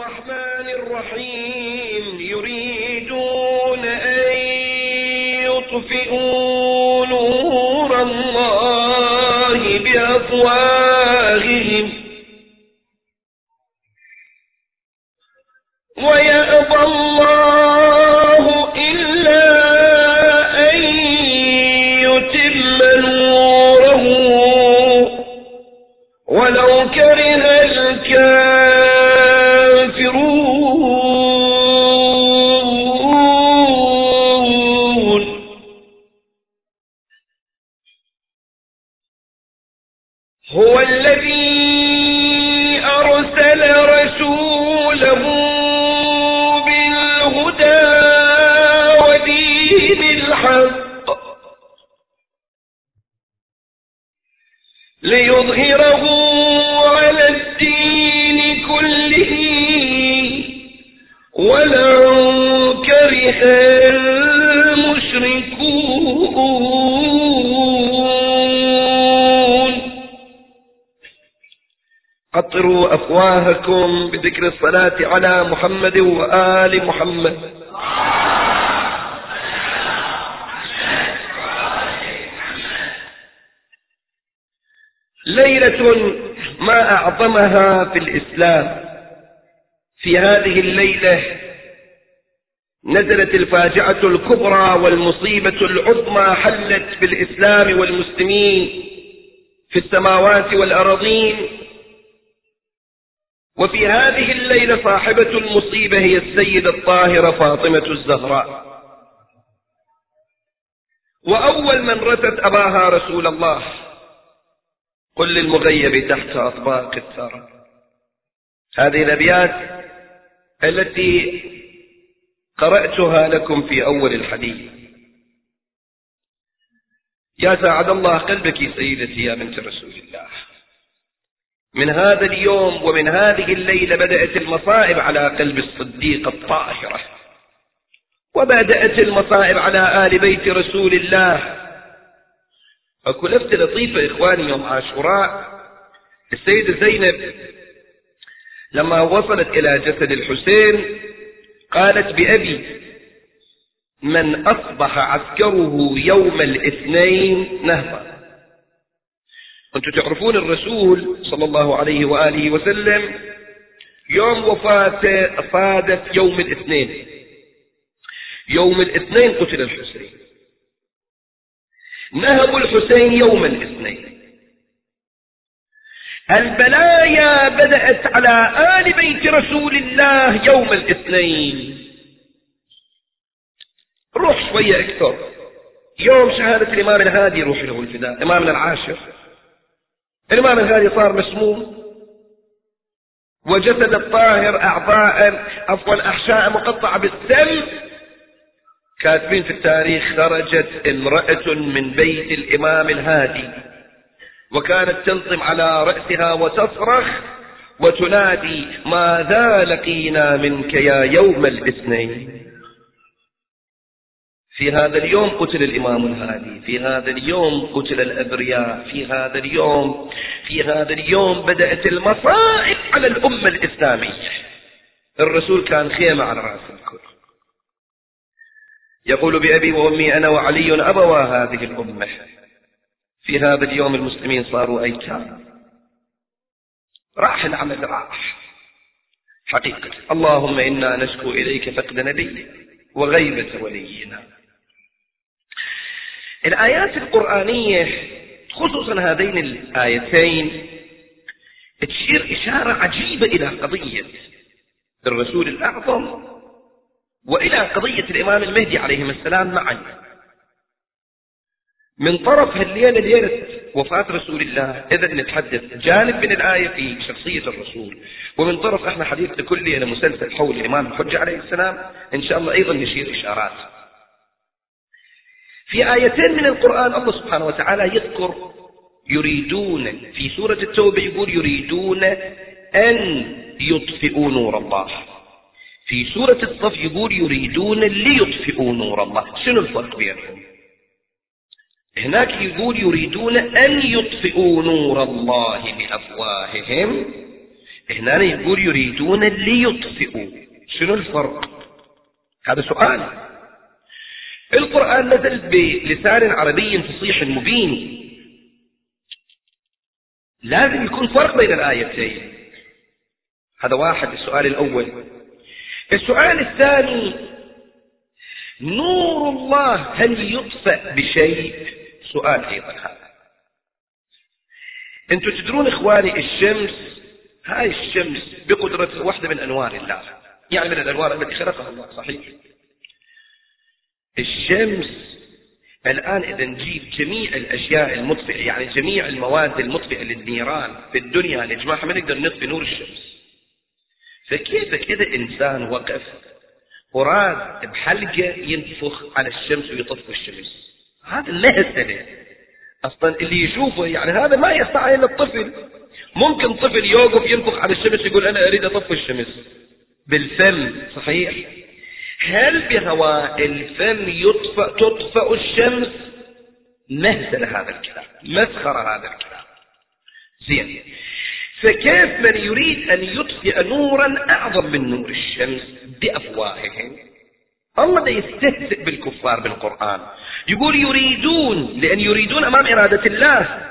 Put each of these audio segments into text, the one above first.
الرحمن الرحيم يريدون أن يطفئوا نور الله بأفواههم ويأبى الله إلا أن يتم نوره ولو كره الكافرون. هو الذي أرسل رسوله بالهدى ودين الحق ليظهره على الدين كله ولو كره المشركون. قطروا أفواهكم بذكر الصلاة على محمد وآل محمد. ليلة ما أعظمها في الإسلام. في هذه الليلة نزلت الفاجعة الكبرى والمصيبة العظمى حلت بالإسلام والمسلمين في السماوات والأراضين. وفي هذه الليلة صاحبة المصيبة هي السيدة الطاهرة فاطمة الزهراء. وأول من رثت أباها رسول الله. قل للمغيب تحت أطباق الثرى. هذه الأبيات التي قرأتها لكم في أول الحديث. يا سعد الله قلبك سيدتي يا بنت رسول الله. من هذا اليوم ومن هذه الليلة بدأت المصائب على قلب الصديقة الطاهرة، وبدأت المصائب على آل بيت رسول الله. أكو لفتة لطيفة إخواني يوم عاشوراء، السيدة زينب لما وصلت إلى جسد الحسين قالت بأبي من أصبح عسكره يوم الاثنين نهضا. أنتم تعرفون الرسول صلى الله عليه وآله وسلم يوم وفاته صادف يوم الاثنين. يوم الاثنين قتل الحسين، نهبوا الحسين يوم الاثنين. البلايا بدأت على آل بيت رسول الله يوم الاثنين. روح شوية أكثر، يوم شهادة الإمام الهادي روح له الفداء، إمامنا العاشر. الإمام الهادي صار مسموم، وجسد الطاهر أحشاء مقطعة بالسم. كاتبين في التاريخ خرجت امرأة من بيت الإمام الهادي وكانت تنطم على رأسها وتصرخ وتنادي ماذا لقينا منك يا يوم الاثنين. في هذا اليوم قتل الإمام الهادي، في هذا اليوم قتل الأبرياء، في هذا اليوم بدأت المصائب على الأمة الإسلامية. الرسول كان خيمة على رأس الكل. يقول بأبي وأمي أنا وعلي أبوا هذه الأمة. في هذا اليوم المسلمين صاروا أيتام. راح العمل، راح حقيقة. اللهم إنا نشكو إليك فقد نبي وغيبة ولينا. الآيات القرآنية خصوصا هذين الآيتين تشير إشارة عجيبة إلى قضية الرسول الأعظم وإلى قضية الإمام المهدي عليهم السلام معا. من طرف هالليلة ليلة وفاة رسول الله إذا نتحدث جانب من الآية في شخصية الرسول، ومن طرف احنا حديثنا كله إلى مسلسل حول الإمام الحجة عليه السلام إن شاء الله أيضا نشير إشارات. في آيتين من القرآن الله سبحانه وتعالى يذكر يريدون. في سورة التوبة يقول يريدون أن يطفئوا نور الله. في سورة الصف يقول يريدون ليطفئوا نور الله. شنو الفرق بينهم؟ هناك يقول يريدون أن يطفئوا نور الله بأفواههم، هنا يقول يريدون ليطفئوا. شنو الفرق؟ هذا سؤال. القرآن نزل بلسان عربي فصيح مبين، لازم يكون فرق بين الآيتين. هذا واحد، السؤال الأول. السؤال الثاني، نور الله هل يطفأ بشيء؟ سؤال أيضا هذا. أنتم تدرون إخواني، الشمس، هاي الشمس بقدرة واحدة من أنوار الله، يعني من الأنوار التي خلقها الله، صحيح؟ الشمس الآن إذا نجيب جميع الأشياء المطفئة، يعني جميع المواد المطفئة للنيران في الدنيا نجمعها، ما نقدر نطفي نور الشمس. فكيف كذا إنسان وقف وراد بحلقة ينفخ على الشمس ويطفي الشمس؟ هذا المهزلة أصلا اللي يشوفه، يعني هذا ما يستطيع إلا الطفل. ممكن طفل يوقف ينفخ على الشمس يقول أنا أريد أطفي الشمس بالفم، صحيح؟ هل بهواء الفم تطفأ الشمس؟ مهزل هذا الكلام، مسخرة هذا الكلام. زين، فكيف من يريد أن يطفئ نورا أعظم من نور الشمس بأفواههم؟ الله ده يستهزئ بالكفار بالقرآن، يقول يريدون، لأن يريدون أمام إرادة الله.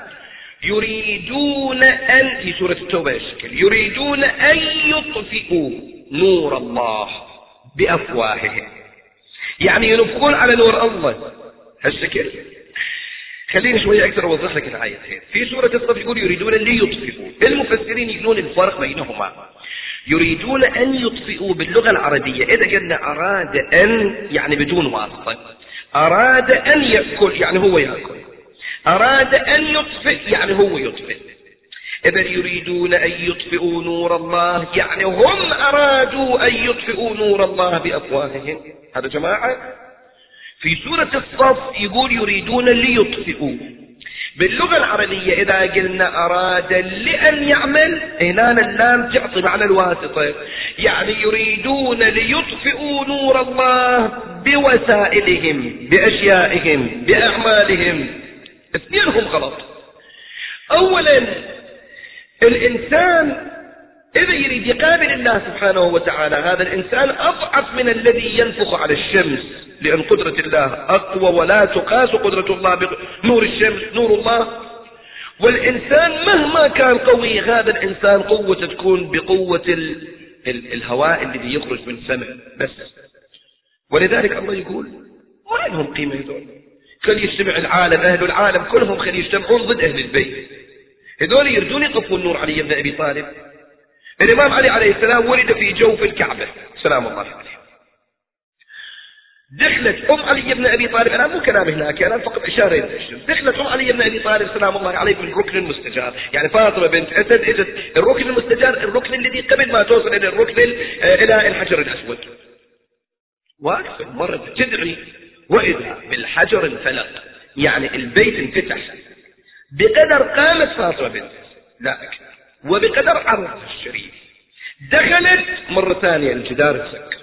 يريدون أن، في سورة التوبة الشكل، يريدون أن يطفئوا نور الله بأفواههم، يعني ينفخون على نور الله هالشكل. خليني شوية أكثر أوضح لك الآيتين. في سورة الصف يقول يريدون ليطفئوا، المفسرين يقولون الفرق بينهما. يريدون أن يطفئوا باللغة العربية إذا قلنا أراد أن يعني بدون واسطة، أراد أن يأكل يعني هو يأكل، أراد أن يطفئ يعني هو يطفئ. إذا يريدون أن يطفئوا نور الله يعني هم أرادوا أن يطفئوا نور الله بأفواههم. هذا جماعة. في سورة الصف يقول يريدون ليطفئوا. باللغة العربية إذا قلنا أراد لأن يعمل، هنا اللام تعطي معنى الواسطة، يعني يريدون ليطفئوا نور الله بوسائلهم، بأشيائهم، بأعمالهم. اثنينهم غلط. أولا الإنسان إذا يريد يقابل الله سبحانه وتعالى، هذا الإنسان أضعف من الذي ينفخ على الشمس، لأن قدرة الله أقوى ولا تقاس قدرة الله بنور الشمس، نور الله. والإنسان مهما كان قوي، هذا الإنسان قوة تكون بقوة الهواء الذي يخرج من فمه بس. ولذلك الله يقول ما لهم قيمة هذول. خلي يجتمع العالم، أهل العالم كلهم خلي يجتمعون ضد أهل البيت. هذول يريدون يطفوا النور علي بن أبي طالب. الإمام علي عليه السلام ولد في جوف الكعبة سلام الله عليه. دخلت علي بن أبي طالب، أنا مو كلام هناك، أنا فقط إشارة. دخلت علي بن أبي طالب سلام الله عليه بالركن المستجار، يعني فاطمة بنت أسد إجت الركن المستجار، الركن الذي قبل ما توصل إلى الركن إلى الحجر الأسود. واقفة مرت تدعي، وإذا بالحجر انفلق، يعني البيت انفتح بقدر قامت فاطمة بنت لا أكثر، وبقدر عرضها الشريف. دخلت مرة ثانية الجدار تسكر.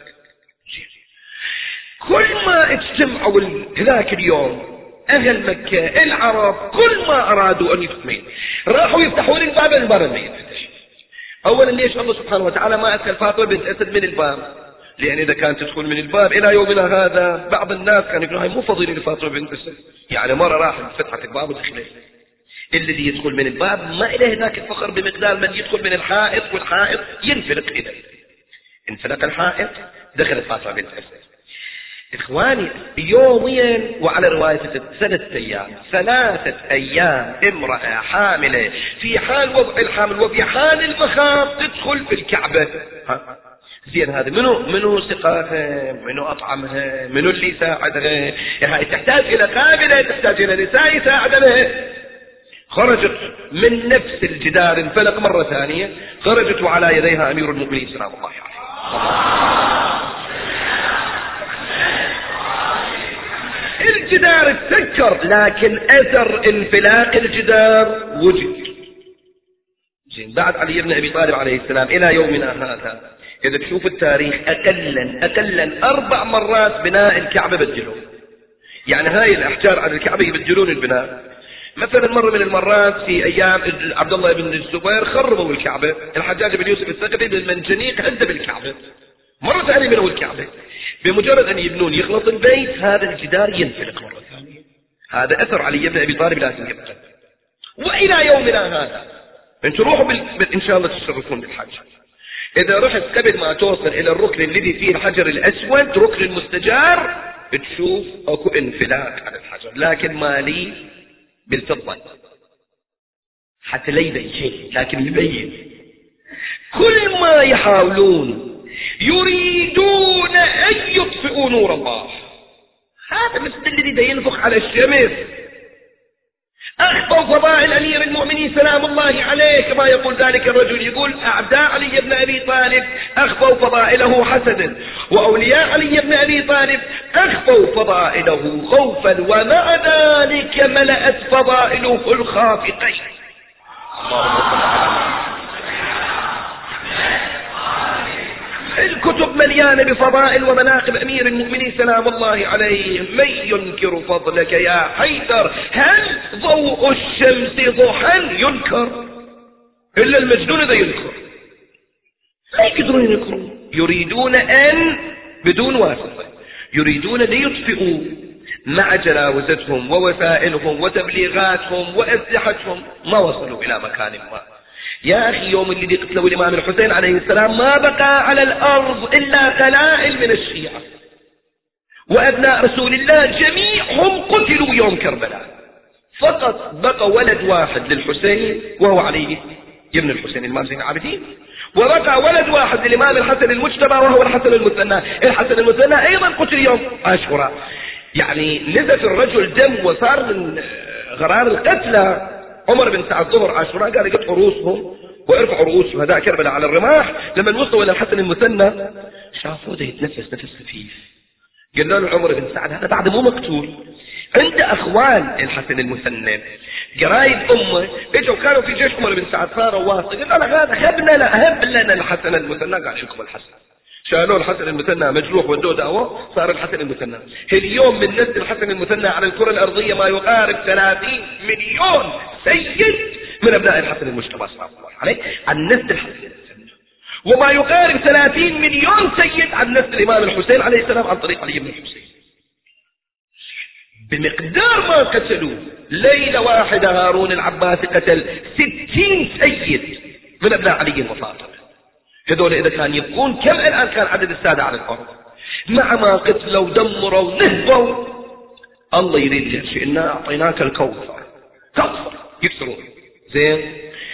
كل ما اجتمعوا هذاك اليوم أهل مكة العرب، كل ما أرادوا أن يفتحون راحوا يفتحون الباب ما ينفتح. أولا ليش الله سبحانه وتعالى ما أدخل فاطمة بنت أسد من الباب؟ لأن إذا كانت تدخل من الباب إلى يومنا هذا بعض الناس كانوا يقولون هاي مو فضيلة لفاطمة بنت أسد، يعني مرة راحت فتحت الباب ودخلت. الذي يدخل من الباب ما إله ذاك الفخر بمقدار من يدخل من الحائط، والحائط ينفلق. إذا انفلق الحائط دخلت فاطمة بنت أسد. إخواني يوميا، وعلى رواية 3 أيام 3 أيام امرأة حاملة في حال وضع الحمل وفي حال المخاض تدخل في الكعبة. زين، هذا منو سقاها، منو أطعمها، منو اللي يساعدها؟ يعني تحتاج إلى قابلة، تحتاج إلى نساء يساعدها. خرجت من نفس الجدار انفلق مرة ثانية، خرجت وعلى يديها أمير المؤمنين سلام الله عليه. الجدار تسكر، لكن أثر انفلاق الجدار وجد. زين، بعد علي بن أبي طالب عليه السلام إلى يومنا هذا، إذا تشوف التاريخ أقلا 4 مرات بناء الكعبة بدلوا. يعني هاي الأحجار على الكعبة يبدلون البناء. مثلا مرة من المرات في أيام عبد الله بن الزبير خربوا الكعبة، الحجاج بن يوسف الثقفي بالمنجنيق هدم الكعبة، مرة ثانية بنوا الكعبة، بمجرد أن يبنون يخلص البيت هذا الجدار ينفلق مرة ثانية. هذا أثر علي بن أبي طالب لازم يبقى. وإلى يومنا هذا أنتم روحوا إن شاء الله تشرفون بالحج، إذا رحت قبل ما توصل إلى الركن الذي فيه الحجر الأسود ركن المستجار تشوف أكو انفلاق على الحجر، لكن مالي بالفضة حتى لا يبين شيء، لكن يبين. كل ما يحاولون يريدون أن يطفئوا نور الله، هذا مثل الذي ينفخ على الشمس. أخطوا فضائل أمير المؤمنين سلام الله عليه، كما يقول ذلك الرجل، يقول أعداء علي بن أبي طالب أخطوا فضائله حسدا، وأولياء علي بن أبي طالب أخطوا فضائله خوفا، ومع ذلك ملأت فضائله الخافقين. الكتب مليانة بفضائل ومناقب أمير المؤمنين سلام الله عليه. من ينكر فضلك يا حيدر؟ هل ضوء الشمس ضحى ينكر؟ إلا المجنون إذا ينكر، لا يقدرون ينكرون. يريدون أن بدون واسطة، يريدون ليطفئوا مع جلاوزتهم ووسائلهم وتبليغاتهم وأسلحتهم ما وصلوا إلى مكان ما. يا أخي يوم الذي قتلوا الإمام الحسين عليه السلام ما بقى على الأرض إلا قلائل من الشيعة، وأبناء رسول الله جميعهم قتلوا يوم كربلاء، فقط بقى ولد واحد للحسين وهو علي ابن الحسين الإمام زين العابدين، وبقى ولد واحد للإمام الحسن المجتبى وهو الحسن المثنى. الحسن المثنى أيضا قتل يوم عاشوراء، يعني نزف الرجل دم وصار من غرار القتلى. عمر بن سعد ظهر عاشوراء قال يقطعوا رؤوسهم وارفعوا رؤوس شهداء كربلاء على الرماح. لما وصلوا الى الحسن المثنى شافوه ده يتنفس نفس خفيف، قالوا له عمر بن سعد هذا بعد مو مقتول، عنده اخوان الحسن المثنى قرايب امه اجوا كانوا في جيش عمر بن سعد، صاروا واسطه، قال له هذا هب لنا الحسن المثنى. قال شكم الحسن، شالوا الحسن المثنى مجروح ودوه دعوه، صار الحسن المثنى. اليوم من نسل الحسن المثنى على الكرة الأرضية ما يقارب 30 مليون سيد من أبناء الحسن المجتبى صلى الله عليه عن نسل الحسن المثنى، وما يقارب 30 مليون سيد عن نسل الإمام الحسين عليه السلام عن طريق علي بن الحسين. بمقدار ما قتلوا ليلة واحدة هارون العباسي قتل 60 سيد من أبناء علي وفاطمة. هذول إذا كان يبقون كم الآن كان عدد السادة على الأرض؟ مع ما قتلوا دمروا نهبوا. الله يريد يحشي إنا أعطيناك الكوثر، كوثر يكسرون زين.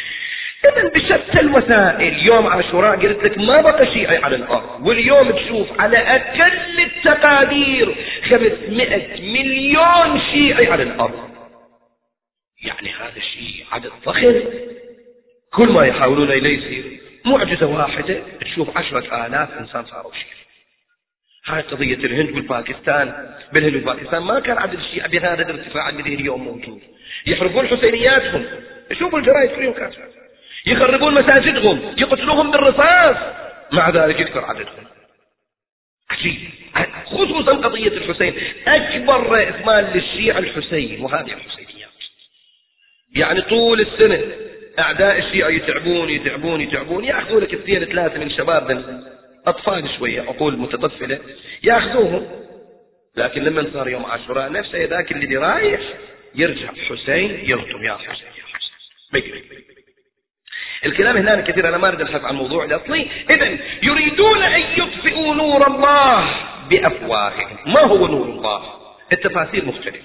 إذن بشتى الوسائل يوم عاشوراء قلت لك ما بقى شيعي على الأرض، واليوم تشوف على أقل التقادير 500 مليون شيعي على الأرض. يعني هذا الشيء عدد ضخم، كل ما يحاولون إليه يصير معجزة واحدة تشوف 10,000 إنسان صاروا شيعة. هاي قضية الهند والباكستان، بالهند والباكستان ما كان عدد الشيعة بهذا الارتفاع الذي اليوم موجود. يحرقون حسينياتهم، شوفوا الجرائد كل يوم كاتبة، يخربون مساجدهم، يقتلوهم بالرصاص، مع ذلك يكثر عددهم. عجيب. خصوصا قضية الحسين، أكبر رأس مال للشيعة الحسين وهذه الحسينيات. يعني طول السنة أعداء الشيعة يتعبون يأخذوا لك 2-3 من شباب أطفال شوية عقول متطفلة يأخذوهم، لكن لما صار يوم عاشوراء نفسه ذاك اللي رايح يرجع حسين يرتم يا حسين يا حسين بقري. الكلام هنا كثير، أنا ما أريد أبحث عن الموضوع الأصلي. إذن يريدون أن يطفئوا نور الله بأفواههم. ما هو نور الله؟ التفاسير مختلفة.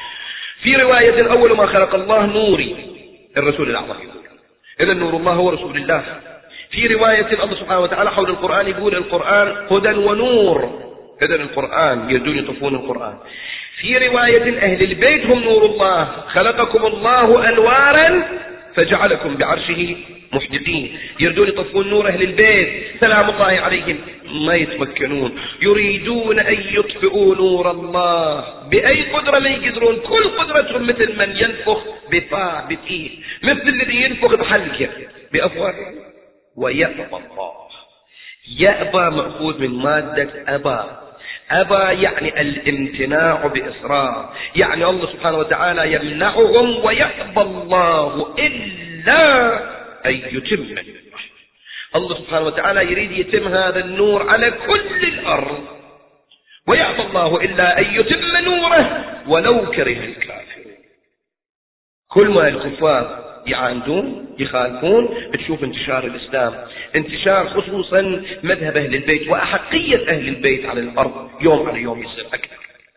في رواية أول ما خلق الله نوري، الرسول الأعظم يقول إذن نور الله هو رسول الله. في رواية الله سبحانه وتعالى حول القرآن يقول القرآن هدى ونور، إذن القرآن يريدون يطفون القرآن. في رواية أهل البيت هم نور الله، خلقكم الله أنوارا فجعلكم بعرشه محدثين. يريدون يطفون نور أهل البيت سلام الله عليهم، ما يتمكنون. يريدون أن يطفئوا نور الله بأي قدرة لا يقدرون، كل قدرتهم مثل من ينفخ بفيه، مثل الذي ينفخ بحلقه بأفواه. ويأبى الله، يأبى مأخوذ من مادة أبى. أبى يعني الامتناع بإصرار، يعني الله سبحانه وتعالى يمنعهم ويأبى الله إلا أن يتم نوره. الله سبحانه وتعالى يريد يتم هذا النور على كل الأرض، ويأبى الله إلا أن يتم نوره ولو كره الكافرون. كل ما الكفار يعاندون يخالفون تشوف انتشار الإسلام، انتشار خصوصا مذهب أهل البيت وأحقية أهل البيت على الأرض يوم على يوم يصير أكثر.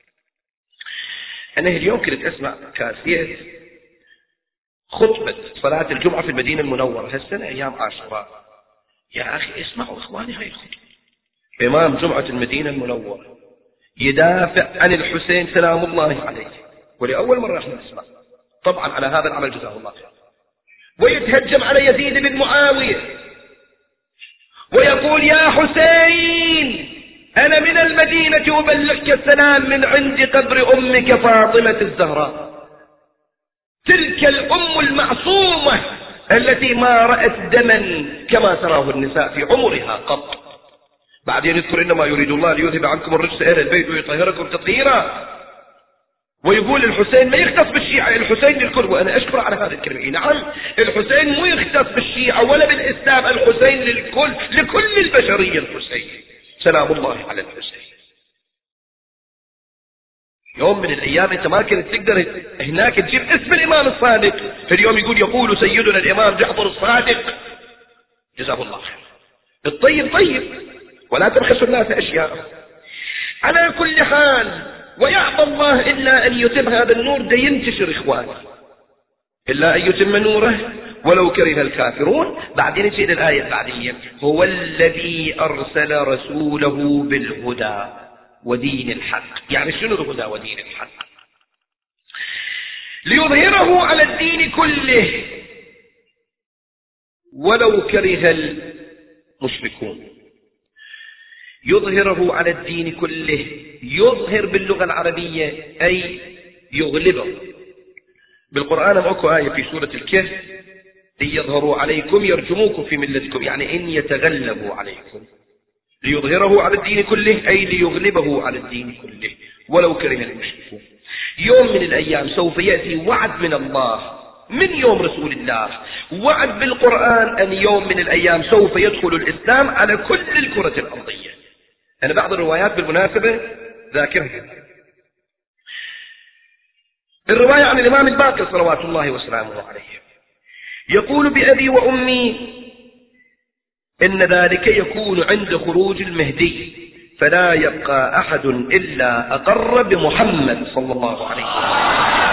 أنا اليوم كنت أسمع كاسيت خطبة صلاة الجمعة في المدينة المنورة هالسنة أيام عاشوراء. يا أخي اسمعوا إخواني هاي الخطبة، إمام جمعة المدينة المنورة يدافع عن الحسين سلام الله عليه، ولأول مرة احنا نسمع طبعا على هذا العمل جزاه الله خير، ويتهجم على يزيد بن معاوية ويقول يا حسين أنا من المدينة أبلغك السلام من عند قبر أمك فاطمة الزهراء، تلك الأم المعصومة التي ما رأت دما كما تراه النساء في عمرها قط. بعدين يذكر إنما يريد الله ليذهب عنكم الرجس أهل البيت ويطهركم تطهيرا، ويقول الحسين ما يختص بالشيعة، الحسين للكل. وأنا أشكر على هذا الكلمة. نعم الحسين مو يختص بالشيعة ولا بالإسلام، الحسين للكل، لكل البشرية الحسين سلام الله على الحسين. يوم من الأيام أنت ما كنت تقدر هناك تجيب اسم الإمام الصادق، في اليوم يقول سيدنا الإمام جعفر الصادق جزاه الله خير. الطيب طيب ولا تبخسوا الناس أشياء. على كل حال ويأبى الله إلا أن يتم هذا النور، ده ينتشر إخواني، إلا أن يتم نوره ولو كره الكافرون. بعدين نجي إلى الآية بعدين، هو الذي أرسل رسوله بالهدى ودين الحق. يعني شنو الهدى ودين الحق؟ ليظهره على الدين كله ولو كره المشركون. يظهره على الدين كله، يظهر باللغة العربية أي يغلبه. بالقرآن ماكو آية في سورة الكهف إن يظهروا عليكم يرجموكم في ملتكم، يعني إن يتغلبوا عليكم. ليظهره على الدين كله أي ليغلبه على الدين كله ولو كره المشركون. يوم من الأيام سوف يأتي وعد من الله من يوم رسول الله، وعد بالقرآن أن يوم من الأيام سوف يدخل الإسلام على كل الكرة الأرضية. أنا بعض الروايات بالمناسبة ذاكرها. الرواية عن الإمام الباقر صلوات الله وسلامه عليه يقول بأبي وأمي إن ذلك يكون عند خروج المهدي فلا يبقى أحد إلا أقر بمحمد صلى الله عليه وسلم.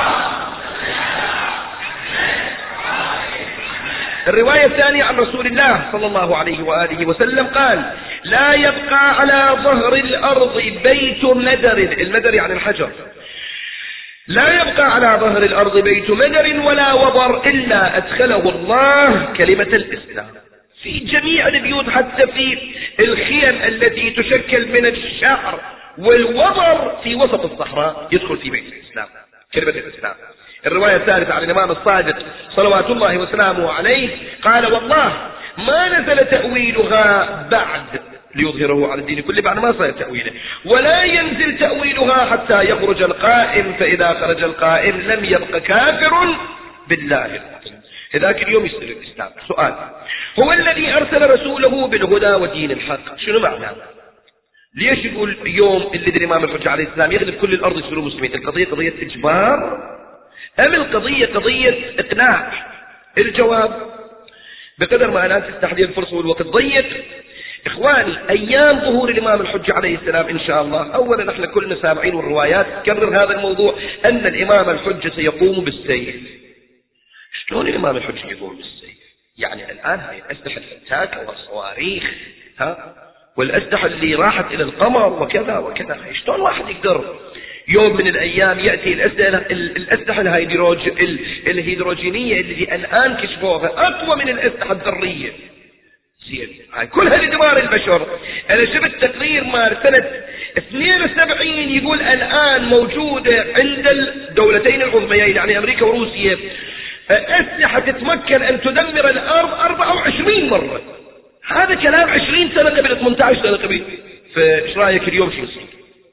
الرواية الثانية عن رسول الله صلى الله عليه وآله وسلم قال لا يبقى على ظهر الأرض بيت مدر، المدر يعني الحجر، لا يبقى على ظهر الأرض بيت مدر ولا وبر إلا أدخله الله كلمة الإسلام في جميع البيوت، حتى في الخيم التي تشكل من الشعر والوبر في وسط الصحراء يدخل في بيت الإسلام كلمة الإسلام. الرواية الثالثة عن الإمام الصادق صلوات الله وسلامه عليه قال والله ما نزل تأويلها بعد ليظهره على الدين كله، بعد ما صار تأويله، ولا ينزل تأويلها حتى يخرج القائم، فإذا خرج القائم لم يبق كافر بالله العظيم. ذاك اليوم يصير الإسلام. سؤال، هو الذي أرسل رسوله بالهدى ودين الحق، شنو معناه؟ ليش يقول يوم اللي الإمام الحجة عليه السلام يغلب كل الأرض يصيروا مسلمين؟ القضية قضية إجبار أم القضية قضية إقناع؟ الجواب بقدر ما أنا تستحضر الفرصة والوقت ضيق. إخواني أيام ظهور الإمام الحجة عليه السلام إن شاء الله، أولا نحن كلنا سامعين والروايات تكرر هذا الموضوع أن الإمام الحجة سيقوم بالسيف. شلون الإمام الحجة يقوم بالسيف؟ يعني الآن هاي الأسلحة الفتاكة والصواريخ والأسلحة اللي راحت إلى القمر وكذا وكذا، شلون واحد يقدر يوم من الأيام يأتي الأسلحة الهيدروجينية اللي الآن كشفوها أقوى من الأسلحة الذرية. زين كل هالدمار البشر. أنا شفت تقرير مال سنة 72 يقول الآن موجودة عند الدولتين العظميين يعني أمريكا وروسيا أسلحة تتمكن أن تدمر الأرض 24 مرة. هذا كلام 20 سنة قبل 18 سنة قبل. فإيش رأيك اليوم شو يصير؟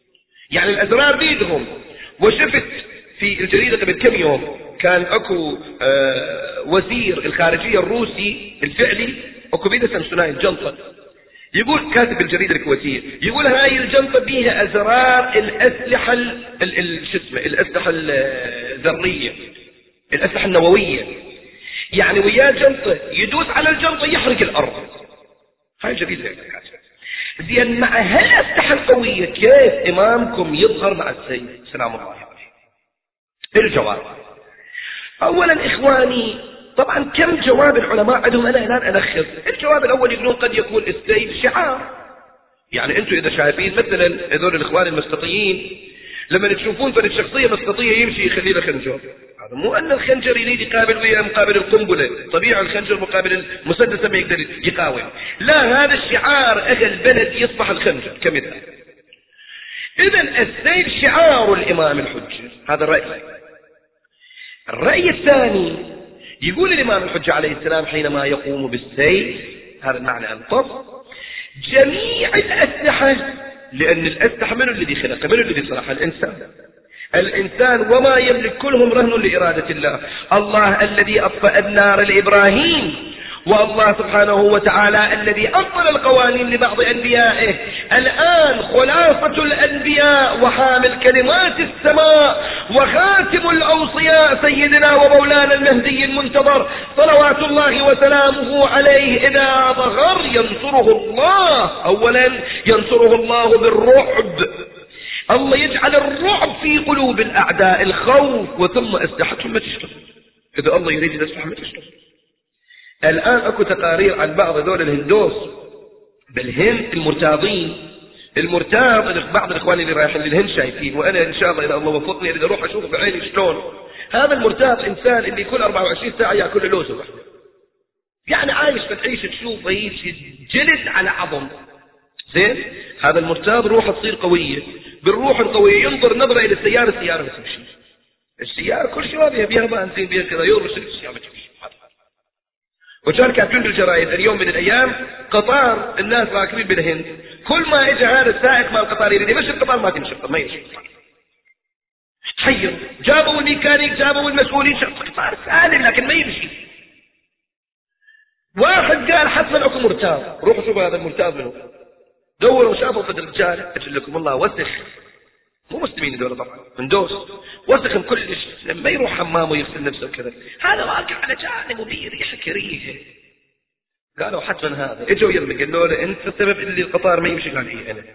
يعني الأزرار بيدهم. وشفت في الجريدة قبل كم يوم كان اكو وزير الخارجية الروسي الفعلي اكو بيده سامسوناي الجنطة، يقول كاتب الجريدة الكويتية يقول هاي الجنطة بيها أزرار الأسلحة الأسلحة الذرية، الأسلحة النووية. يعني وياه جنطة يدوس على الجنطة يحرق الأرض. هاي الجريدة زين. مع هالأسلحة القوية كيف إمامكم يظهر مع السيد سلام الله عليه؟ الجواب أولا إخواني، طبعا كم جواب العلماء عندهم، أنا الآن أنخذ. الجواب الأول يقولون قد يكون السيف شعار. يعني أنتم إذا شايفين مثلا هذول الإخوان المسقطيين لما تشوفون فرد شخصية مسقطية يمشي يخلي له خنجر، هذا مو أن الخنجر يريد يقابل وياه مقابل القنبلة، طبيعي الخنجر مقابل المسدس ما يقدر يقاوم. لا، هذا الشعار أخي البلد يصبح الخنجر كمثال. إذا السيف شعار الإمام الحجة، هذا الرأي. الرأي الثاني يقول الإمام الحجة عليه السلام حينما يقوم بالسيف، هذا المعنى الطف جميع الأسلحة، لأن الأسلحة من الذي خلق؟ من الذي صنعها؟ الإنسان وما يملك كلهم رهن لإرادة الله. الله الذي أطفأ النار لإبراهيم، والله سبحانه وتعالى الذي أنزل القوانين لبعض أنبيائه. الآن خلاصة الأنبياء وحامل كلمات السماء وخاتم الأوصياء سيدنا ومولانا المهدي المنتظر صلوات الله وسلامه عليه إذا ظهر ينصره الله. أولا ينصره الله بالرعب، الله يجعل الرعب في قلوب الأعداء، الخوف، وثم أسلحتهم ما تشتغل. إذا الله يريد الأسلحة ما تشتغل. الآن أكو تقارير عن بعض ذول الهندوس بالهند المرتاض بعض الإخوان اللي رايحين للهند شايفين، وأنا إن شاء الله إذا الله وفقني أريد أروح أشوف بعيني شلون هذا المرتاض. إنسان اللي كل 24 ساعة يأكل لوزة واحدة، يعني عايش فتعيش تشوف هيك جلد على عظم. زين، هذا المرتاض روحه تصير قوية، بالروح القوية ينظر نظرة إلى السيارة تمشي. السيارة كل شيء بيها بنزين بيها كذا، يرش السيارة تمشي. وكان كاتبين بالجرائد اليوم من الأيام قطار الناس راكبين بالهند، كل ما اجى هذا السائق مال القطار يريد يمشي القطار ما تمشي، ما يمشي. حير، جابوا الميكانيك، جابوا المسؤولين، القطار سالم لكن ما يمشي. واحد قال حتما اكو مرتاب، روحوا شوفوا هذا المرتاب منه. دوروا شافوا قد الرجال، اجل لكم الله وسخ، مو مسلمين دول طبعا، هندوس وسخ كلش، لما يروح حمام ويغسل نفسه كذا، هذا واقع على جانب وبيه ريحه كريهه. قالوا حتما هذا، اجوا يمه قالوا له انت السبب اللي القطار ما يمشي. قال ايه انا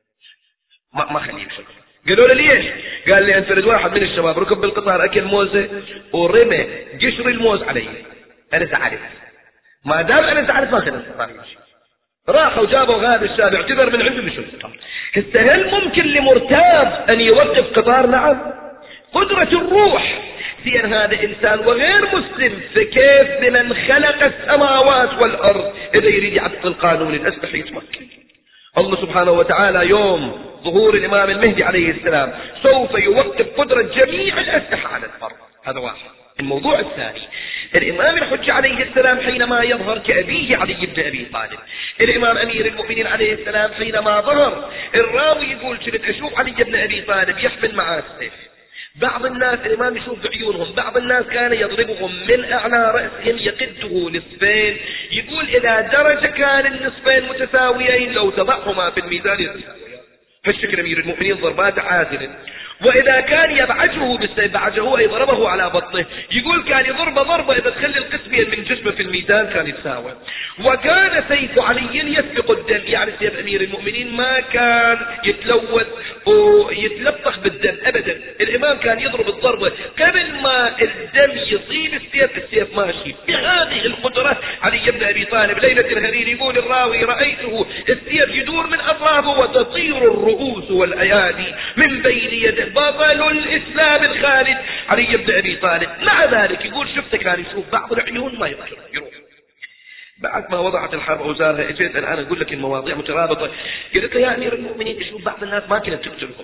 ما خليه يمشي. قالوا له ليش؟ قال لي انت واحد من الشباب ركب بالقطار اكل موزه ورمى قشر الموز علي، انا زعلت، ما دام انا زعلت ما خليت القطار يمشي. راحوا جابوا هذا الشاب اعتذر من عنده بشو القطار. هسه هل ممكن لمرتاب ان يوقف قطار؟ نعم، قدرة الروح. زين، هذا انسان وغير مسلم، فكيف بمن خلق السماوات والارض اذا يريد يعطل قانون الاسلحه يتمكن؟ الله سبحانه وتعالى يوم ظهور الامام المهدي عليه السلام سوف يوقف قدرة جميع الاسلحه على الارض. هذا واحد. الموضوع الثاني، الإمام الحجة عليه السلام حينما يظهر كأبيه علي بن أبي طالب. الإمام أمير المؤمنين عليه السلام حينما ظهر، الراوي يقول كنت أشوف علي بن أبي طالب يحمل معاه السيف. بعض الناس الإمام يشوف بعيونهم، بعض الناس كان يضربهم من أعلى رأسهم يقده نصفين. يقول إذا درجة كان النصفين متساويين لو تضعهما في الميزان يتساويان. فالشكل أمير المؤمنين ضربات عادلة. وإذا كان يبعجه بالسيف، بعجه أي ضربه على بطنه، يقول كان يضرب ضربة إذا تخلي القسمين من جسمه في الميزان كان يتساوى. وكان سيف علي يسبق الدم، يعني سيف أمير المؤمنين ما كان يتلوث ويتلطخ بالدم أبدا. الإمام كان يضرب الضربة قبل ما الدم يصيب السيف ماشي. بهذه القدرة علي بن أبي طالب ليلة الهرير يقول الراوي رأيته السيف يدور من أطرافه وتطير الرؤوس والأيادي من بين يده، بطل الإسلام الخالد علي بن أبي طالب. مع ذلك يقول شفت كان يشوف بعض العيون ما يقدر يروح. بعد ما وضعت الحرب أوزارها اجيت الآن أقول لك المواضيع مترابطة. قلت يا أمير المؤمنين اشوف بعض الناس ما كانت تقتلهم.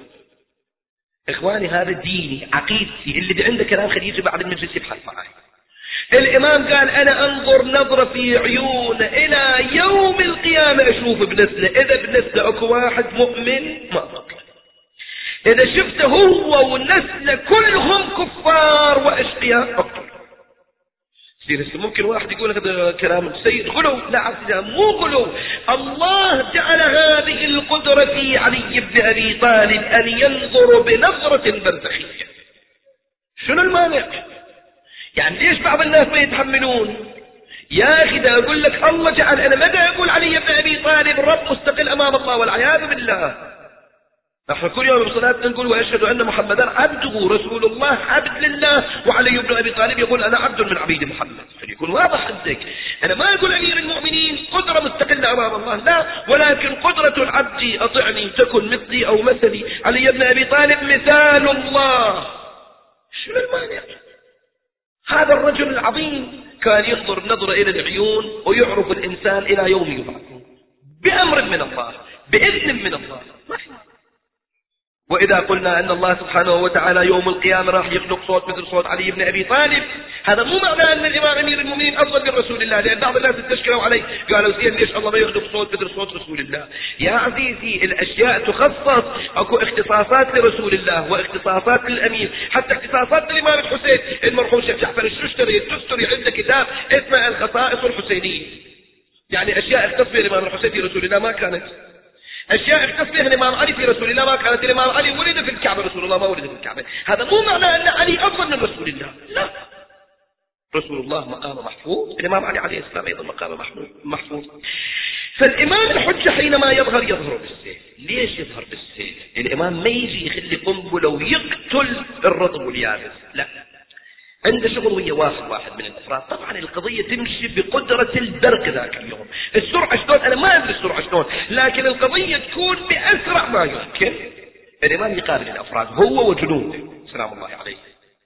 إخواني هذا ديني عقيدتي، اللي عنده كلام خليه بعد المجلس يبحث معي. الإمام قال أنا أنظر نظرة في عيون إلى يوم القيامة أشوف بنسله، إذا بنسله أكو واحد مؤمن ما أقتله. إذا شفته هو والنسل كلهم كفار وأشقياء أكثر. ممكن واحد يقول هذا كلام سيد غلو، لا عزيزي مو غلو. الله جعل هذه القدرة في علي بن أبي طالب أن ينظر بنظرة برزخية. شنو المانع؟ يعني ليش بعض الناس ما يتحملون؟ يا أخي ده أقول لك الله جعل، أنا ماذا أقول علي بن أبي طالب رب مستقل أمام الله والعياذ بالله. نحن كل يوم بصلاتنا نقول وأشهد أن محمدا عبده رسول الله، عبد لله. وعلي بن أبي طالب يقول أنا عبد من عبيد محمد. يكون واضح عندك. أنا ما أقول أمير المؤمنين قدرة مستقلة أمام الله، لا، ولكن قدرة العبد أطعني تكن مثلي أو مثلي. علي بن أبي طالب مثال الله. شنو المانع؟ هذا الرجل العظيم كان ينظر نظرة إلى العيون ويعرف الإنسان إلى يوم يبعث بأمر من الله، بإذن من الله. وإذا قلنا أن الله سبحانه وتعالى يوم القيامة راح يخلق صوت مثل صوت علي بن أبي طالب، هذا مو معنى أن الإمام أمير المؤمنين أفضل من رسول الله، لأن بعض الناس استشكلوا عليه قالوا زين ليش الله ما يخلق صوت مثل صوت رسول الله؟ يا عزيزي الأشياء تخصص، أكو اختصاصات لرسول الله واختصاصات للأمير، حتى اختصاصات للإمام الحسين المرحوم شيخ جعفر الششتري عنده كتاب اسمه الخصائص الحسينية، يعني أشياء اختص بها الإمام الحسين في رسول الله ما كانت، أشياء اختص بها الإمام علي في رسول الله ما كانت. الإمام علي ولد في الكعبة، رسول الله ما ولد في الكعبة. هذا مو معنى أن علي أفضل من رسول الله، لا، رسول الله مقام محفوظ، الإمام علي عليه السلام أيضا مقام محفوظ. فالإمام الحجة حينما يظهر بالسيف. ليش يظهر بالسيف؟ الإمام ما يجي يخلي قنبله ويقتل الرطب واليابس، لا، عنده شغل ويا واحد من الأفراد. طبعا القضية تمشي بقدرة البرق ذاك اليوم. السرعة شلون أنا ما أدري السرعة شلون، لكن القضية تكون بأسرع ما يمكن. الإمام يقابل الأفراد هو وجنوده سلام الله عليه.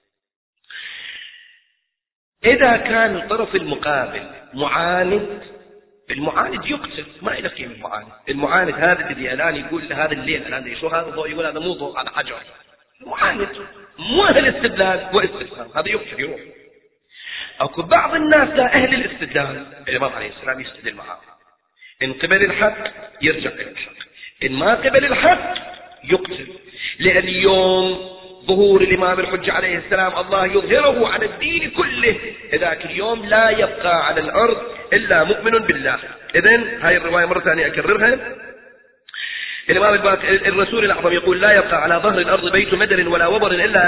إذا كان الطرف المقابل معاند، المعاند يقتل، ما إلى قيمة المعاند هذا الذي الآن يقول هذا الليل الآن شو هذا ضوء، يقول هذا مو ضوء على حجر، المعاند مو أهل الاستدلال واستفهام، هذا يقتل يروح. أكو بعض الناس لا أهل الاستدلال، الإمام عليه السلام يستدل معه، إن قبل الحق يرجع إلى الحق، إن ما قبل الحق يقتل. لأن اليوم ظهور الإمام الحجة عليه السلام الله يظهره على الدين كله، ذاك اليوم لا يبقى على الأرض إلا مؤمن بالله. إذن هاي الرواية مرة ثانية أكررها، الإمام الرسول الأعظم يقول لا يبقى على ظهر الأرض بيت مدر ولا وبر إلا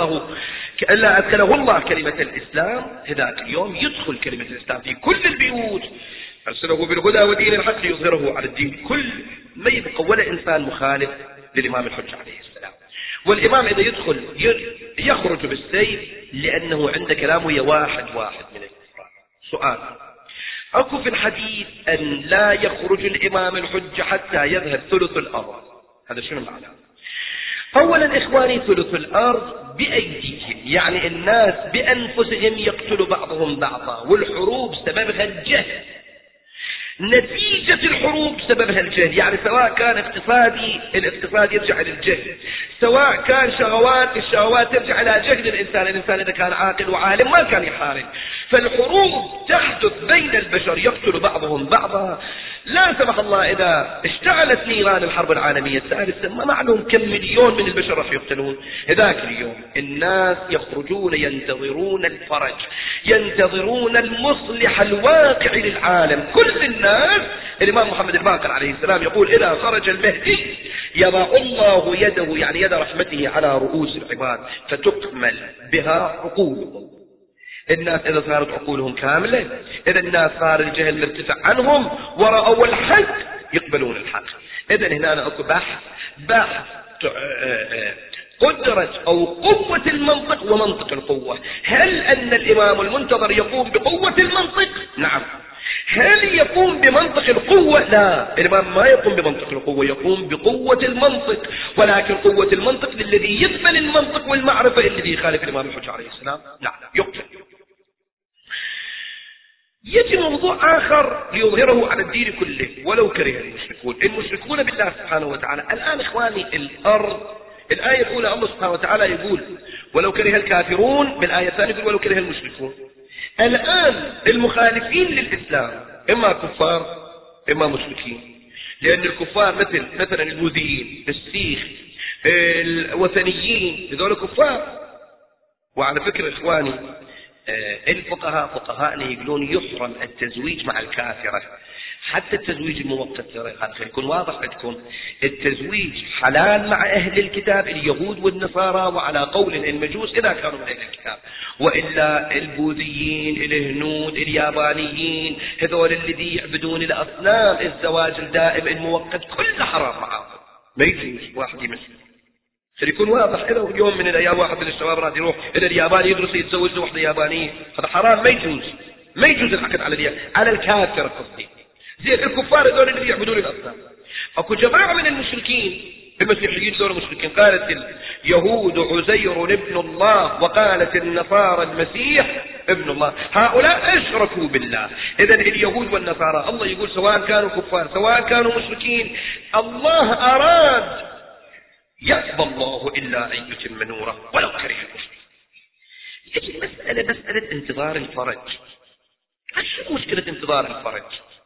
أدخله الله كلمة الإسلام. ذاك اليوم يدخل كلمة الإسلام في كل البيوت، أرسله بالهدى ودين الحق ليظهره على الدين كل، ما يبقى ولا إنسان مخالف للإمام الحجة عليه السلام. والإمام إذا يدخل يخرج بالسيف لأنه عند كلامه واحد من الكفار. سؤال، أكو في الحديث أن لا يخرج الإمام الحجة حتى يذهب ثلث الأرض، هذا شنو معناه؟ أولا إخواني ثلث الأرض بأيديهم، يعني الناس بأنفسهم يقتلوا بعضهم بعضا، والحروب سببها الجهل، نتيجة الحروب سببها الجهل، يعني سواء كان اقتصادي الاقتصاد يرجع إلى الجهل، سواء كان الشهوات ترجع إلى جهل الإنسان إذا كان عاقل وعالم ما كان يحارب. فالحروب تحدث بين البشر يقتل بعضهم بعضا. لا سمح الله إذا اشتعلت نيران الحرب العالمية الثالثة ما معلوم كم مليون من البشر راح يقتلون. ذاك اليوم الناس يخرجون ينتظرون الفرج، ينتظرون المصلح الواقع للعالم. كل الناس، الإمام محمد الباقر عليه السلام يقول إذا خرج المهدي يضع الله يده، يعني يد رحمته، على رؤوس العباد فتكمل بها عقولهم. الناس إذا صارت عقولهم كاملة، إذا الناس صار الجهل مرتفع عنهم ورأوا الحق يقبلون الحق. إذا هنا أكو بحث قدرة أو قوة المنطق ومنطق القوة. هل أن الإمام المنتظر يقوم بقوة المنطق؟ نعم. هل يقوم بمنطق القوة؟ لا، الإمام ما يقوم بمنطق القوة، يقوم بقوة المنطق، ولكن قوة المنطق للذي يقبل المنطق والمعرفة. الذي يخالف الإمام الحجة عليه السلام نعم يقتل. يجي موضوع آخر ليظهره على الدين كله ولو كره المشركون بالله سبحانه وتعالى. الآن إخواني الأرض، الآية الأولى الله سبحانه وتعالى يقول ولو كره الكافرون، بالآية الثانية يقول ولو كره المشركون. الآن المخالفين للإسلام إما كفار إما مشركين، لأن الكفار مثلا البوذيين، السيخ، الوثنيين هذول كفار. وعلى فكرة إخواني، فقهاءنا يقولون يحرم التزويج مع الكافرة، حتى التزويج المؤقت. هذا يكون واضح عندكم، التزويج حلال مع أهل الكتاب اليهود والنصارى، وعلى قول المجوس إذا كانوا من أهل الكتاب، وإلا البوذيين، الهنود، اليابانيين، هذول الذي يعبدون الأصنام، الزواج الدائم المؤقت كله حرام معهم، ما يجوز واحد يمثل. يكون واضح. إذا يوم من الأيام واحد من الشباب راح يروح إلى اليابان يدرس يتزوج واحدة يابانية، هذا حرام، ما يجوز العقد على الكافر قصدي. زين الكفار هذول اللي يعبدون الأصنام. أكو جماعة من المشركين، المسيحيين دول مشركين، قالت اليهود عزير ابن الله، وقالت النصارى المسيح ابن الله، هؤلاء أشركوا بالله. إذن اليهود والنصارى الله يقول سواء كانوا كفار سواء كانوا مشركين، الله أراد يأبى الله إلا أن يتم نوره ولو كره المشركين. يجي مسألة انتظار الفرج. شو مشكلة انتظار الفرج؟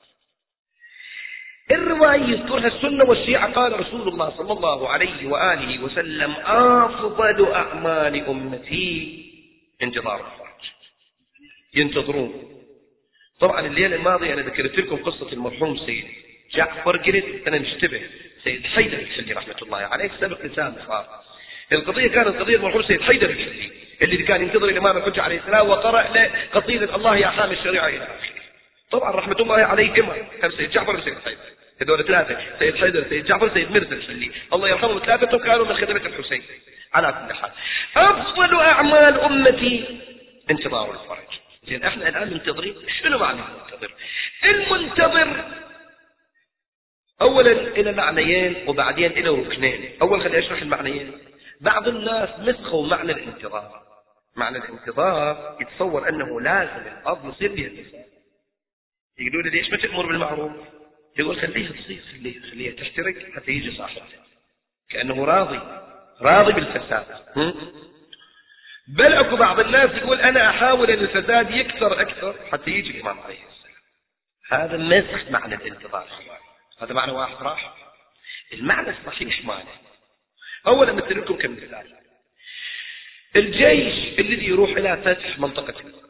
الرواية يذكرها السنة والشيعة. قال رسول الله صلى الله عليه وآله وسلم: أفضل أعمال أمتي انتظار الفرج. ينتظرون. طبعا الليلة الماضية أنا ذكرت لكم قصة المرحوم سيد جعفر، قلت أنا نشتبه سيد حيدر الحلي رحمة الله عليه، سبق لسان صار. القضية كانت قضية المرحوم سيد حيدر الحلي اللي كان ينتظر الإمام الحجة عليه السلام، وقرأ له قصيدة الله يا حامي الشريعة إلى آخره. طبعا رحمة الله عليهما، هم سيد جعفر وسيد حيدر، هذول ثلاثة، سيد حيدر سيد جعفر سيد مرزا الحلي، الله يرحمهم، ثلاثتهم كانوا من خدمة الحسين. على كل حال أفضل أعمال أمتي انتظار الفرج. زين احنا الآن منتظرين. شنو معنى المنتظر؟ المنتظر أولا إلى معنيين وبعدين إلى ركنين. أول خليني أشرح المعنيين. بعض الناس مسخوا معنى الانتظار. معنى الانتظار يتصور أنه لازم الأرض يصير بها الانتظار. يقولوا لي ليش ما تأمر بالمعروف؟ يقول خليها تصير، خليها تحترق حتى يجي صاحبها، كأنه راضي بالفساد. بل أكو بعض الناس يقول أنا أحاول أن الفساد يكثر أكثر حتى يجي الإمام عليه السلام. هذا مسخ معنى الانتظار. هذا معنى واحد راح. المعنى الصحيح معنى أولا مثل لكم كمثال، الجيش الذي يروح إلى فتح منطقة،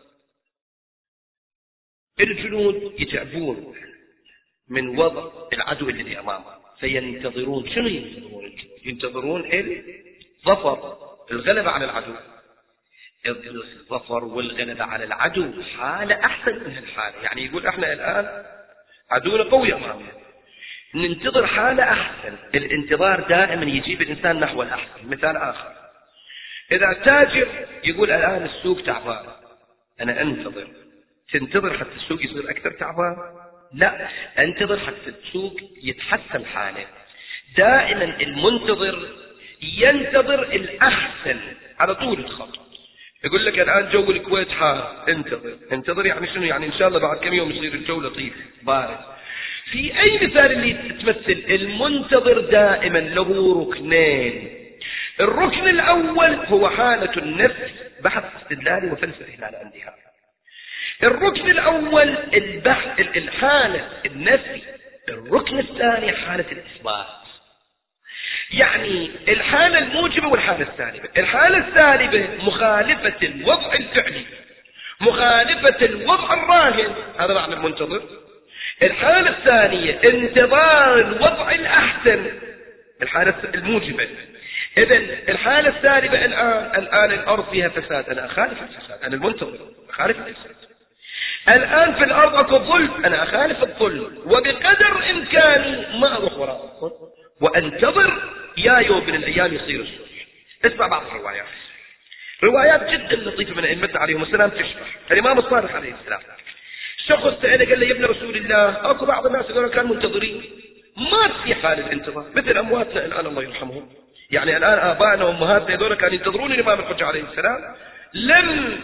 الجنود يتعبون من وضع العدو الذي أمامه، فينتظرون. شنو ينتظرون الجنود؟ ينتظرون الظفر، الغلبة على العدو. الظفر والغلبة على العدو حالة أحسن من الحالة. يعني يقول احنا الآن عدونا قوي أمامنا، ننتظر حالة أحسن. الانتظار دائما يجيب الإنسان نحو الأحسن. مثال آخر، إذا تاجر يقول الآن السوق تعبان، أنا أنتظر. تنتظر حتى السوق يصير أكثر تعبان؟ لا، أنتظر حتى السوق يتحسن حاله. دائما المنتظر ينتظر الأحسن على طول الخط. يقول لك الآن جو الكويت حار، انتظر. يعني شنو؟ يعني إن شاء الله بعد كم يوم يصير الجو لطيف بارد. في أي مثال اللي تمثل المنتظر دائما له ركنين. الركن الأول هو حالة النفس، بحث استدلالي وفلسفي على الاندهاء. الركن الأول الحالة النفسي. الركن الثاني حالة الإثبات. يعني الحالة الموجبة والحالة السالبة. الحالة السالبة مخالفة الوضع الفعلي، مخالفة الوضع الراهن، هذا معنى المنتظر. الحالة الثانية انتظار الوضع الأحسن، الحالة الموجبة. إذن الحالة السالبة الآن الأرض فيها فساد، أنا أخالف الفساد، أنا المنتظر أخالف الفساد. الآن في الأرض أكو ظلم، أنا أخالف الظلم، وبقدر إمكاني ما أروح وراء الظلم وأنتظر يا يوم من الأيام يصير الصلح. اسمع بعض الروايات، روايات جدا لطيفة من أئمتنا عليهم السلام تشرح. الإمام الصادق عليه السلام شخص سأله قال له يا ابن رسول الله، أكو بعض الناس يقولون كانوا منتظرين، ما في حال الانتظار مثل أمواتنا الآن الله يرحمهم. يعني الآن آبائنا وأمهاتنا هذول كانوا ينتظرون الإمام الحجة عليه السلام، لم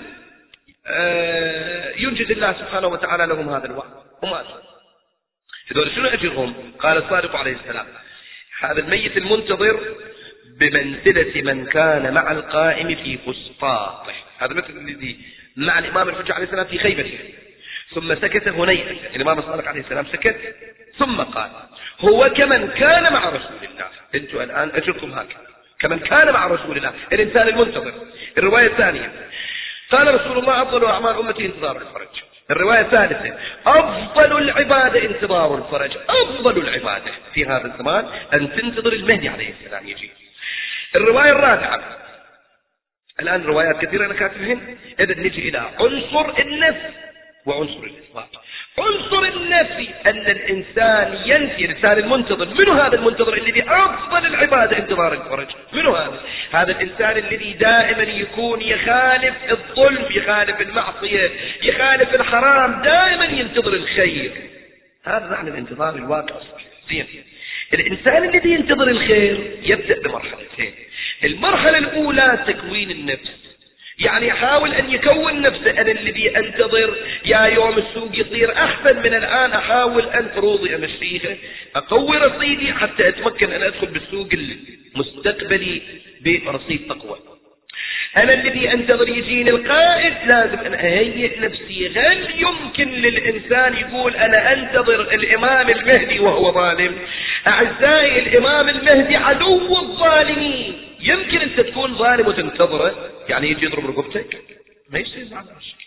ينجز الله سبحانه وتعالى لهم هذا الوعد وماتوا. هذول شنو أجرهم؟ قال الصادق عليه السلام هذا الميت المنتظر بمنزلة من كان مع القائم في فسطاطه. هذا مثل الذي مع الإمام الحجة عليه السلام في خيبته ثم سكت هنيئة. الإمام الصادق عليه السلام سكت ثم قال هو كمن كان مع رسول الله. أنتم الآن أجركم هكذا كمن كان مع رسول الله، الإنسان المنتظر. الرواية الثانية قال رسول الله أفضل أعمال أمتي انتظار الفرج. الرواية الثالثة أفضل العبادة انتظار الفرج. أفضل العبادة في هذا الزمان أن تنتظر المهدي عليه السلام يجي. الرواية الرابعة، الآن روايات كثيرة أنا كاتبهن. إذا نجي إلى عنصر النفي وعنصر الإثبات. عنصر النفي أن الإنسان ينفي، الإنسان المنتظر. من هذا المنتظر الذي أفضل العبادة انتظار الفرج؟ من هذا الإنسان الذي دائما يكون يخالف الظلم، يخالف المعصية، يخالف الحرام، دائما ينتظر الخير. هذا معنى الانتظار الواقع الصحيح. زين، الإنسان الذي ينتظر الخير يبدأ بمرحلتين. المرحلة الأولى تكوين النفس، يعني أحاول أن يكون نفسه. أنا الذي أنتظر يا يوم السوق يصير أحسن من الآن، أحاول أن فروضي أمشيها، أقوي رصيدي حتى أتمكن أن أدخل بالسوق المستقبلي برصيد أقوى. أنا الذي أنتظر يجيني القائد، لازم أن أهيئ نفسي. هل يمكن للإنسان يقول أنا أنتظر الإمام المهدي وهو ظالم؟ أعزائي، الإمام المهدي عدو الظالمين. يمكن أنت تكون ظالم وتنتظره، يعني يجي يضرب رقبتك؟ ما يصير مع الشكل.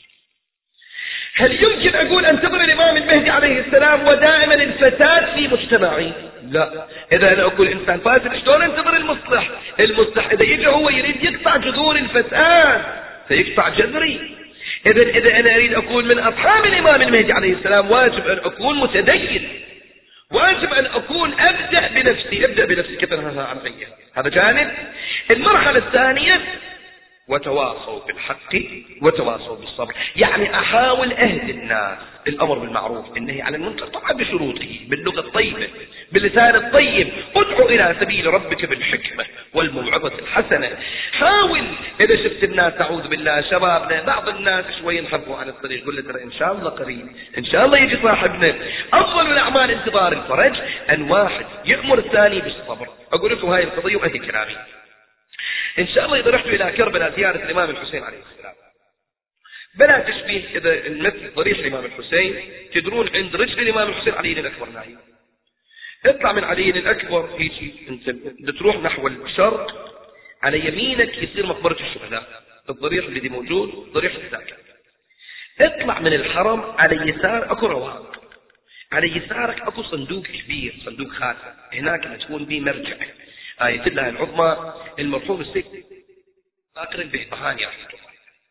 هل يمكن أقول أنتظر الإمام المهدي عليه السلام ودائما الفساد في مجتمعي؟ لا. إذا أنا أقول إنسان فاسد، شلون أنتظر المصلح؟ المصلح إذا يجي هو يريد يقطع جذور الفساد فيقطع جذري. إذا أنا أريد أكون من أصحاب الإمام المهدي عليه السلام، واجب أن أكون متدين، واجب أن أكون أبدأ بنفسي كيف أنهى عن غيره. هذا جانب. المرحلة الثانية وتواصوا بالحق وتواصوا بالصبر، يعني أحاول أهدي الناس الأمر بالمعروف النهي عن المنكر، طبعا بشروطه، باللغة الطيبة، باللسان الطيب. ادعو إلى سبيل ربك بالحكمة والموعظة الحسنة. حاول. إذا شفت الناس أعوذ بالله شبابنا بعض الناس شوي ينحرفوا عن الطريق، قل له ترى إن شاء الله قريب، إن شاء الله يجي صاحبنا. أفضل الأعمال انتظار الفرج، أن واحد يأمر الثاني بالصبر. أقول لكم هاي القضية وأنهي كلامي. إن شاء الله إذا رحتوا إلى كربلاء زيارة الإمام الحسين عليه السلام، بلا تشبيه، إذا المثل ضريح الإمام الحسين، تدرون عند رجل الإمام الحسين علي الأكبر نايم. اطلع من علي الأكبر، هيجي أنت تروح نحو الشرق، على يمينك يصير مقبرة الشهداء، الضريح الذي موجود ضريح الساكن. اطلع من الحرم، على يسار أكو رواق، على يسارك أكو صندوق كبير، صندوق خاتم، هناك تكون به مرجع. آية الله العظمى المرحوم السيد باقر البهبهاني رحمه الله.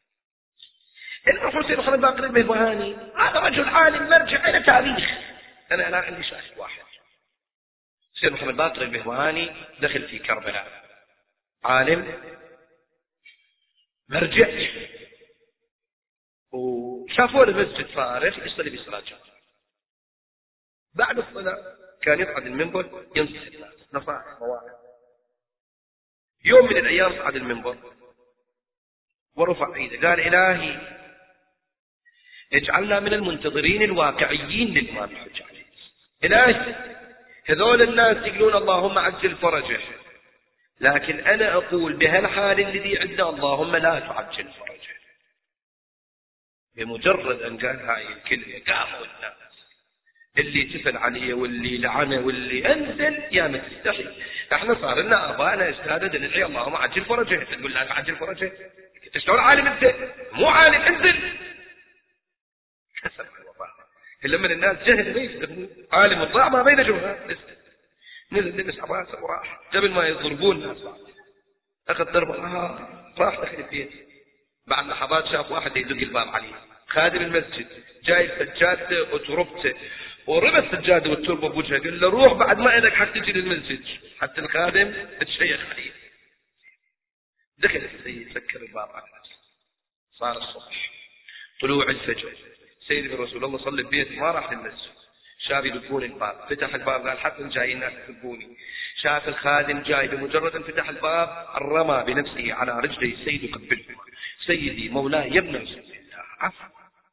المرحوم السيد محمد باقر البهبهاني هذا رجل عالم مرجع إلى تاريخ. أنا الآن عندي شاهد واحد. السيد محمد باقر البهبهاني دخل في كربلاء، عالم مرجع، وشافوا المسجد فارغ يصلي بصلاة جماعة. بعد الصلاة كان يصعد المنبر ينصح الناس نصائح مواعظ. يوم من الأيام صعد المنبر ورفع ايده قال إلهي اجعلنا من المنتظرين الواقعيين للإمام الحجة عليه السلام. إلهي هذول الناس يقولون اللهم عجل فرجه، لكن أنا أقول بهالحال الذي عندنا اللهم لا تعجل فرجه. بمجرد أن قال هاي الكلمة قاموا الناس، اللي تفل عليه واللي لعنه واللي انزل يا مستحي. احنا صار لنا ابائنا اجدادنا ندعي اللهم عجل فرجه، تقول لا تعجل فرجه؟ انت شلون عالم؟ انت مو عالم، انزل. حسب الوضع لما الناس جهل ما يفهمون، عالم وضاع ما بين جمهور، نزل لبس عباسه وراح قبل ما يضربون الناس. اخذ ضربه راح دخل البيت. بعد لحظات شاف واحد يدق الباب عليه، خادم المسجد جايب سجادته وتربته، ورمى السجاده والتربه بوجهه، قال له روح بعد ما إلك حتى تجي للمسجد حتى الخادم تشيخ عليه. دخل السيد سكر الباب على نفسه. صار الصبح طلوع الفجر، سيدي رسول الله صلى البيت ما راح للمسجد، شاف يدقون الباب، فتح الباب قال حتى جاي الناس يدقوني. شاف الخادم جاي، بمجرد ان فتح الباب رمى بنفسه على رجلي السيد يقبله. سيدي مولاي يا ابن رسول الله عفوا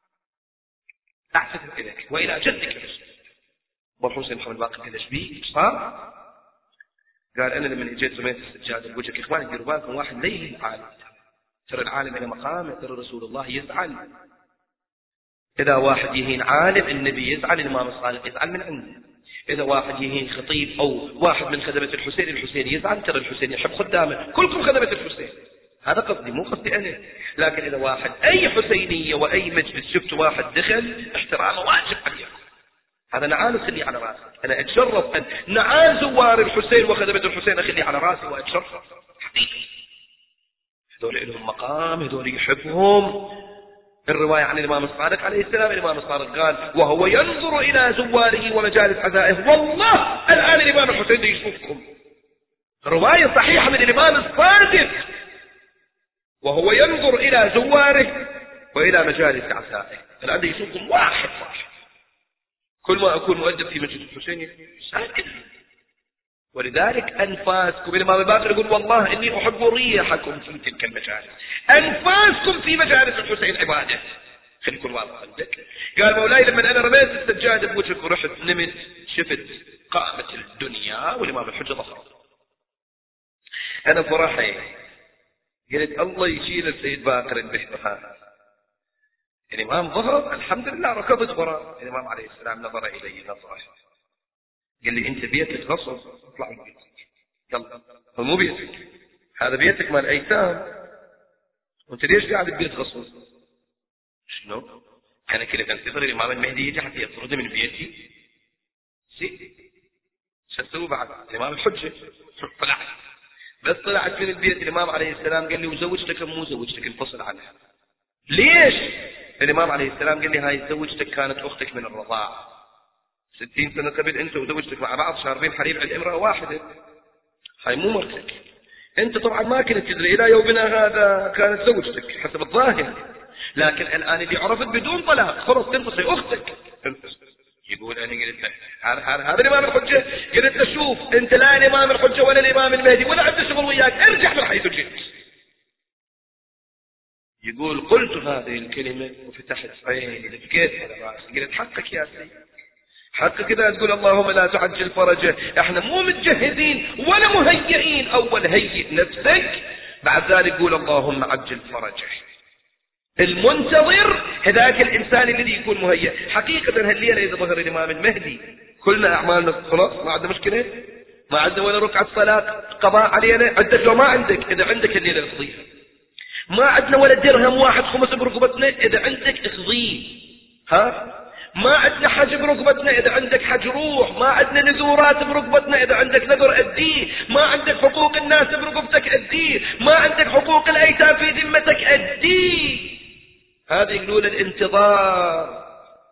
أعتذر إليك وإلى جدك رسول الله. مرحوم سيد محمد باقر قال ايش بيك؟ صار؟ قال أنا لما اجيت رميت السجادة بوجهك. إخواني ديروا بالكم، واحد ليه العالم، ترى العالم إلى مقامه، ترى رسول الله يزعل. إذا واحد يهين عالم النبي يزعل، الإمام الصادق يزعل من عنده. إذا واحد يهين خطيب أو واحد من خدمة الحسين يزعل، ترى الحسين يحب خدامه، كلكم خدمة الحسين، هذا قصدي مو قصدي أنا. لكن إذا واحد أي حسينية وأي مجلس شفت واحد دخل، احترامه واجب عليكم. هذا نعال خلي على راسي، أنا أتشرف أن نعال زوار الحسين وخدمة الحسين أخلي على راسي وأتشرف حقيقي. هذول لهم مقام، هذول يحبهم. الرواية عن الإمام الصادق عليه السلام، الإمام الصادق قال وهو ينظر إلى زواره ومجالس عزائه والله الآن الإمام الحسين يشوفكم. رواية صحيحة من الإمام الصادق، وهو ينظر إلى زواره وإلى مجالس عزائه، الآن يشوفكم واحد واحد. كل ما أكون مؤدب في مسجد الحسين ساكت. ولذلك أنفاسكم، الإمام الباقر يقول والله إني أحب ريحكم في تلك المجالس، أنفاسكم في مجالس الحسين عبادة. خلي يكون واضح عندك. قال مولاي لما أنا رميت السجادة بوجهك ورحت نمت شفت قامت الدنيا والإمام الحجة ظهر. أنا فرحي قلت الله يشيل السيد باقر البشر هذا. الإمام ظهر الحمد لله، ركضت وراء الإمام عليه السلام، نظر إلي نظرة قال لي أنت بيتك غصب، اطلع من بيتك يلا. هو مو بيتك، هذا بيتك مال أيتام، وأنت ليش قاعد ببيت غصب؟ شنو؟ أنا كنت أنتظر الإمام المهدي يجي حتى يطرد من بيتي. شو أسوي بعد؟ الإمام الحجة طلعت، بس طلعت من البيت الإمام عليه السلام قال لي وزوجتك مو زوجتك انفصل عنها. ليش؟ الإمام عليه السلام قال لي هاي زوجتك كانت أختك من الرضاعة، 60 سنة قبل أنت وزوجتك مع بعض شاربين حليب عند امرأة واحدة، هاي مو مرتك. أنت طبعا ما كنت تدري إلى يومنا هذا كانت زوجتك حسب الظاهر، لكن الآن اللي عرفت بدون طلاق خلاص تنفصل أختك. يقول أنا قلت له هذا الإمام الحجة، قلت له شوف أنت لا الإمام الحجة ولا الإمام المهدي ولا عندك شغل وياك، ارجع من حيث جئت. يقول قلت هذه الكلمة وفتحت عيني بكيت على راسي، قلت حقك يا سيدي، حقك إذا تقول اللهم لا تعجل فرجه. احنا مو متجهزين ولا مهيئين، أول هيئ نفسك بعد ذلك قول اللهم عجل فرجه. المنتظر هذاك الإنسان الذي يكون مهيئ. حقيقة هالليلة إذا ظهر الإمام المهدي كلنا أعمالنا خلاص، ما عندنا مشكلة، ما عندنا ولا ركعة صلاة قضاء علينا، عندك لو ما عندك، إذا عندك الليلة اخذيها. ما عندنا ولا درهم واحد خمس برقبتنا، إذا عندك اخذيه. ها؟ ما عندنا حج برقبتنا، إذا عندك حج روح. ما عندنا نذورات برقبتنا، إذا عندك نذر أديه. ما عندك حقوق الناس برقبتك أديه. ما عندك حقوق الأيتام في ذمتك أديه. هذه يقولون الانتظار.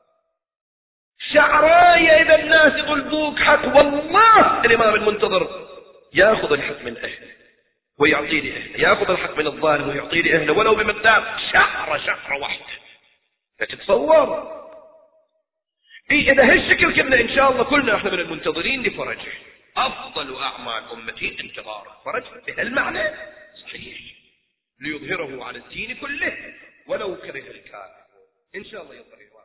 شعرايا إذا الناس يطلبوك حق، والله الإمام المنتظر يأخذ الحق من أهله ويعطي لأهله، يأخذ الحق من الظالم ويعطي لأهله ولو بمقدار شعرة واحدة. فتتصور إذا هالشكل كنا إن شاء الله كلنا إحنا من المنتظرين لفرجه. أفضل أعمال أمتي انتظار فرج بهالمعنى صحيح، ليظهره على الدين كله ولو كره الكافر. إن شاء الله يظهر.